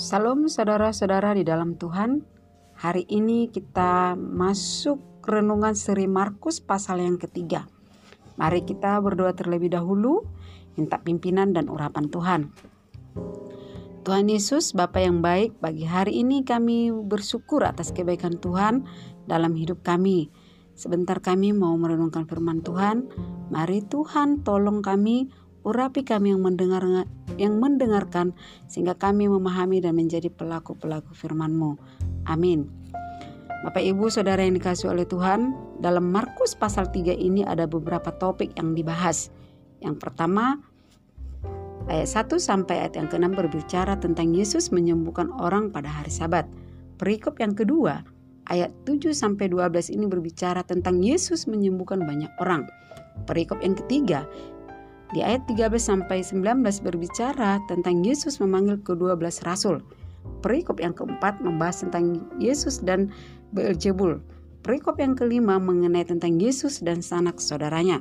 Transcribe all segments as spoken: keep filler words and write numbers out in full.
Salam saudara-saudara di dalam Tuhan. Hari ini kita masuk renungan seri Markus pasal yang ketiga. Mari kita berdoa terlebih dahulu, minta pimpinan dan urapan Tuhan. Tuhan Yesus, Bapa yang baik, bagi hari ini kami bersyukur atas kebaikan Tuhan dalam hidup kami. Sebentar kami mau merenungkan firman Tuhan. Mari Tuhan tolong kami, urapi kami yang mendengar yang mendengarkan sehingga kami memahami dan menjadi pelaku-pelaku firman-Mu. Amin. Bapak Ibu Saudara yang dikasihi oleh Tuhan, dalam Markus pasal tiga ini ada beberapa topik yang dibahas. Yang pertama, ayat satu sampai ayat yang keenam berbicara tentang Yesus menyembuhkan orang pada hari Sabat. Perikop yang kedua, ayat tujuh sampai dua belas ini berbicara tentang Yesus menyembuhkan banyak orang. Perikop yang ketiga, di ayat tiga belas sampai sembilan belas berbicara tentang Yesus memanggil kedua belas rasul. Perikop yang keempat membahas tentang Yesus dan Beelzebul. Perikop yang kelima mengenai tentang Yesus dan sanak saudaranya.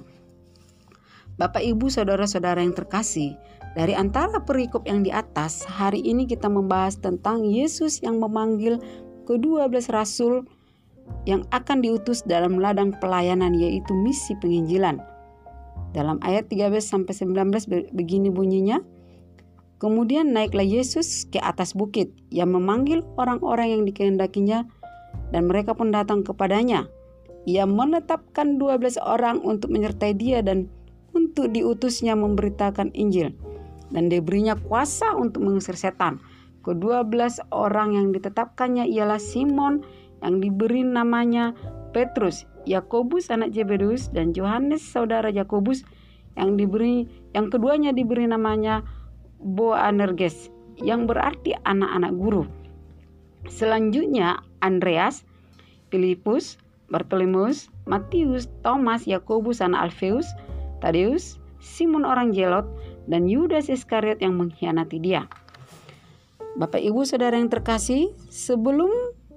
Bapak Ibu Saudara-saudara yang terkasih, dari antara perikop yang di atas, hari ini kita membahas tentang Yesus yang memanggil kedua belas rasul yang akan diutus dalam ladang pelayanan, yaitu misi penginjilan. Dalam ayat tiga belas sampai sembilan belas begini bunyinya. Kemudian naiklah Yesus ke atas bukit yang memanggil orang-orang yang dikehendakinya, dan mereka pun datang kepadanya. Ia menetapkan dua belas orang untuk menyertai dia dan untuk diutusnya memberitakan Injil, dan diberinya kuasa untuk mengusir setan. Kedua belas orang yang ditetapkannya ialah Simon yang diberi namanya Petrus, Yakobus anak Zebedeus, dan Yohanes saudara Yakobus yang diberi yang keduanya diberi namanya Boanerges, yang berarti anak-anak guru. Selanjutnya Andreas, Filipus, Bartolomeus, Matius, Thomas, Yakobus anak Alfeus, Tadeus, Simon orang Zelot, dan Yudas Iskariot yang mengkhianati dia. Bapak Ibu Saudara yang terkasih, sebelum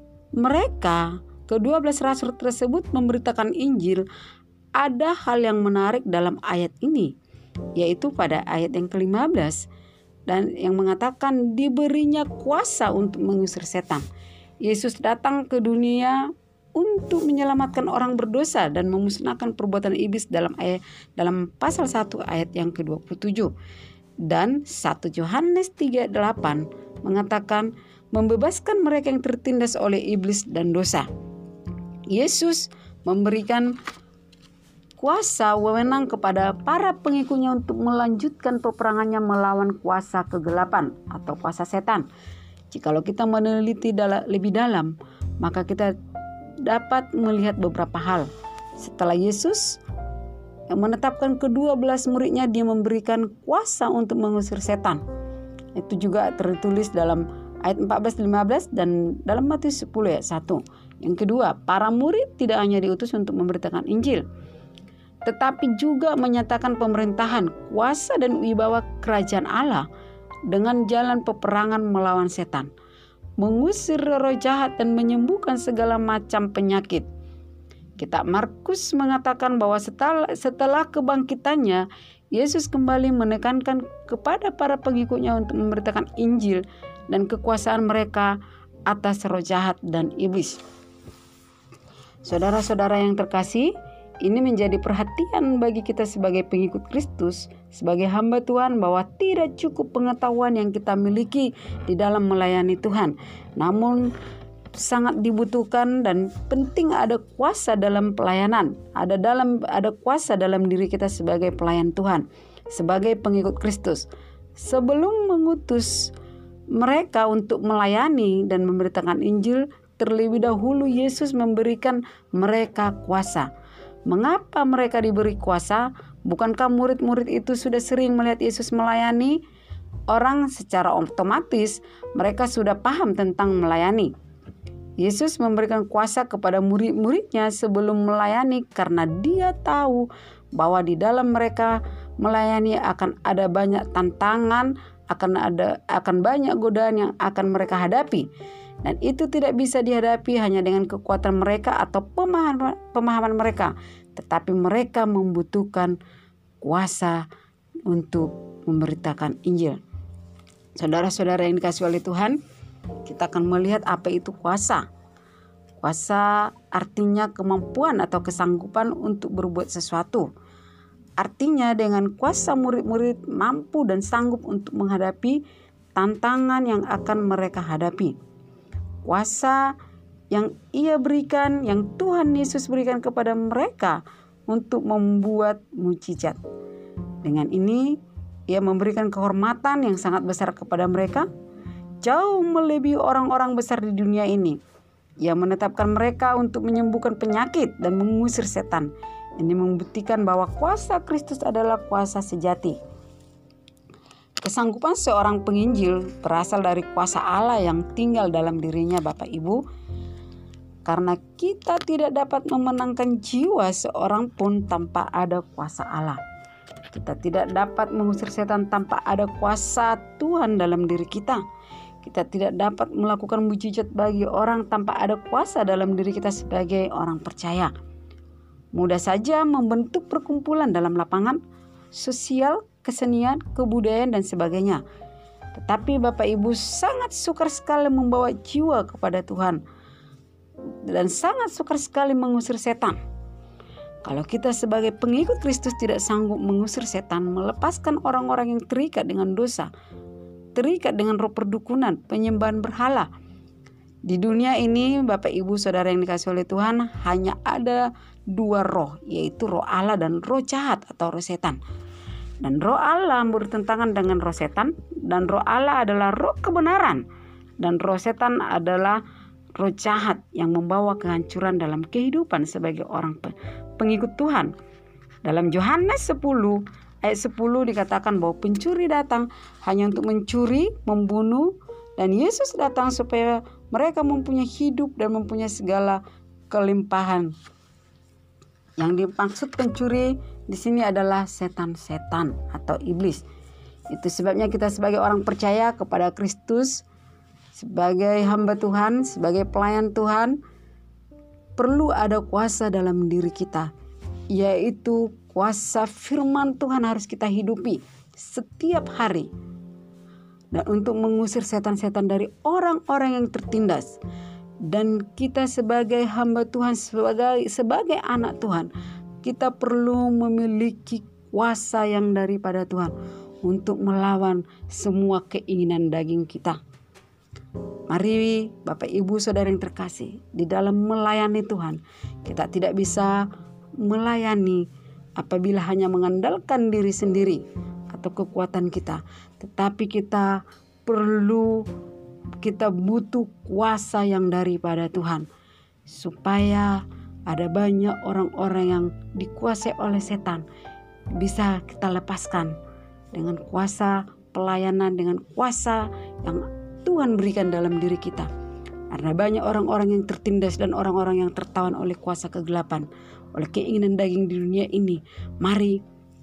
mereka kedua belas rasul tersebut memberitakan Injil, ada hal yang menarik dalam ayat ini, yaitu pada ayat yang kelima belas, dan yang mengatakan diberinya kuasa untuk mengusir setan. Yesus datang ke dunia untuk menyelamatkan orang berdosa dan memusnahkan perbuatan iblis dalam ayat dalam pasal satu ayat yang ke dua puluh tujuh. Dan satu Yohanes tiga delapan mengatakan membebaskan mereka yang tertindas oleh iblis dan dosa. Yesus memberikan kuasa wewenang kepada para pengikutnya untuk melanjutkan peperangannya melawan kuasa kegelapan atau kuasa setan. Jikalau kita meneliti dal- lebih dalam, maka kita dapat melihat beberapa hal. Setelah Yesus yang menetapkan kedua belas muridnya, dia memberikan kuasa untuk mengusir setan. Itu juga tertulis dalam ayat empat belas lima belas dan dalam Matius sepuluh ayat satu. Yang kedua, para murid tidak hanya diutus untuk memberitakan Injil, tetapi juga menyatakan pemerintahan, kuasa dan wibawa kerajaan Allah dengan jalan peperangan melawan setan, mengusir roh jahat dan menyembuhkan segala macam penyakit. Kitab Markus mengatakan bahwa setelah, setelah kebangkitannya, Yesus kembali menekankan kepada para pengikutnya untuk memberitakan Injil dan kekuasaan mereka atas roh jahat dan iblis. Saudara-saudara yang terkasih, ini menjadi perhatian bagi kita sebagai pengikut Kristus, sebagai hamba Tuhan, bahwa tidak cukup pengetahuan yang kita miliki di dalam melayani Tuhan, namun sangat dibutuhkan dan penting ada kuasa dalam pelayanan, ada dalam ada kuasa dalam diri kita sebagai pelayan Tuhan, sebagai pengikut Kristus. Sebelum mengutus mereka untuk melayani dan memberitakan Injil, terlebih dahulu Yesus memberikan mereka kuasa. Mengapa mereka diberi kuasa? Bukankah murid-murid itu sudah sering melihat Yesus melayani orang? Secara otomatis mereka sudah paham tentang melayani. Yesus memberikan kuasa kepada murid-muridnya sebelum melayani karena dia tahu bahwa di dalam mereka melayani akan ada banyak tantangan, akan ada akan banyak godaan yang akan mereka hadapi. Dan itu tidak bisa dihadapi hanya dengan kekuatan mereka atau pemahaman, pemahaman mereka, tetapi mereka membutuhkan kuasa untuk memberitakan Injil. Saudara-saudara yang dikasihi oleh Tuhan, kita akan melihat apa itu kuasa. Kuasa artinya kemampuan atau kesanggupan untuk berbuat sesuatu. Artinya dengan kuasa murid-murid mampu dan sanggup untuk menghadapi tantangan yang akan mereka hadapi. Kuasa yang ia berikan, yang Tuhan Yesus berikan kepada mereka untuk membuat mukjizat. Dengan ini, ia memberikan kehormatan yang sangat besar kepada mereka, jauh melebihi orang-orang besar di dunia ini. Ia menetapkan mereka untuk menyembuhkan penyakit dan mengusir setan. Ini membuktikan bahwa kuasa Kristus adalah kuasa sejati. Kesanggupan seorang penginjil berasal dari kuasa Allah yang tinggal dalam dirinya, Bapak Ibu. Karena kita tidak dapat memenangkan jiwa seorang pun tanpa ada kuasa Allah. Kita tidak dapat mengusir setan tanpa ada kuasa Tuhan dalam diri kita. Kita tidak dapat melakukan mukjizat bagi orang tanpa ada kuasa dalam diri kita sebagai orang percaya. Mudah saja membentuk perkumpulan dalam lapangan, sosial, kesenian, kebudayaan dan sebagainya. Tetapi Bapak Ibu sangat sukar sekali membawa jiwa kepada Tuhan dan sangat sukar sekali mengusir setan. Kalau kita sebagai pengikut Kristus tidak sanggup mengusir setan, melepaskan orang-orang yang terikat dengan dosa, terikat dengan roh perdukunan, penyembahan berhala. Di dunia ini, Bapak Ibu Saudara yang dikasihi oleh Tuhan, hanya ada dua roh, yaitu roh Allah dan roh jahat atau roh setan. Dan roh Allah bertentangan dengan roh setan, dan roh Allah adalah roh kebenaran, dan roh setan adalah roh jahat yang membawa kehancuran dalam kehidupan sebagai orang pengikut Tuhan. Dalam Yohanes sepuluh ayat sepuluh dikatakan bahwa pencuri datang hanya untuk mencuri, membunuh, dan Yesus datang supaya mereka mempunyai hidup dan mempunyai segala kelimpahan. Yang dimaksud pencuri di sini adalah setan-setan atau iblis. Itu sebabnya kita sebagai orang percaya kepada Kristus, sebagai hamba Tuhan, sebagai pelayan Tuhan, perlu ada kuasa dalam diri kita, yaitu kuasa firman Tuhan harus kita hidupi setiap hari. Dan untuk mengusir setan-setan dari orang-orang yang tertindas. Dan kita sebagai hamba Tuhan, sebagai, sebagai anak Tuhan, kita perlu memiliki kuasa yang daripada Tuhan untuk melawan semua keinginan daging kita. Mari Bapak Ibu Saudara yang terkasih, di dalam melayani Tuhan, kita tidak bisa melayani apabila hanya mengandalkan diri sendiri atau kekuatan kita, tetapi kita perlu, kita butuh kuasa yang daripada Tuhan, supaya ada banyak orang-orang yang dikuasai oleh setan bisa kita lepaskan dengan kuasa pelayanan, dengan kuasa yang Tuhan berikan dalam diri kita. Karena banyak orang-orang yang tertindas dan orang-orang yang tertawan oleh kuasa kegelapan, oleh keinginan daging di dunia ini. Mari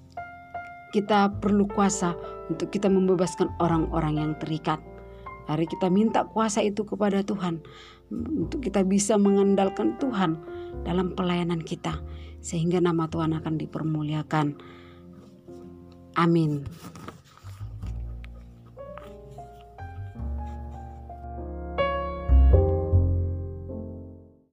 kita perlu kuasa untuk kita membebaskan orang-orang yang terikat. Mari kita minta kuasa itu kepada Tuhan, untuk kita bisa mengandalkan Tuhan dalam pelayanan kita, sehingga nama Tuhan akan dipermuliakan. Amin.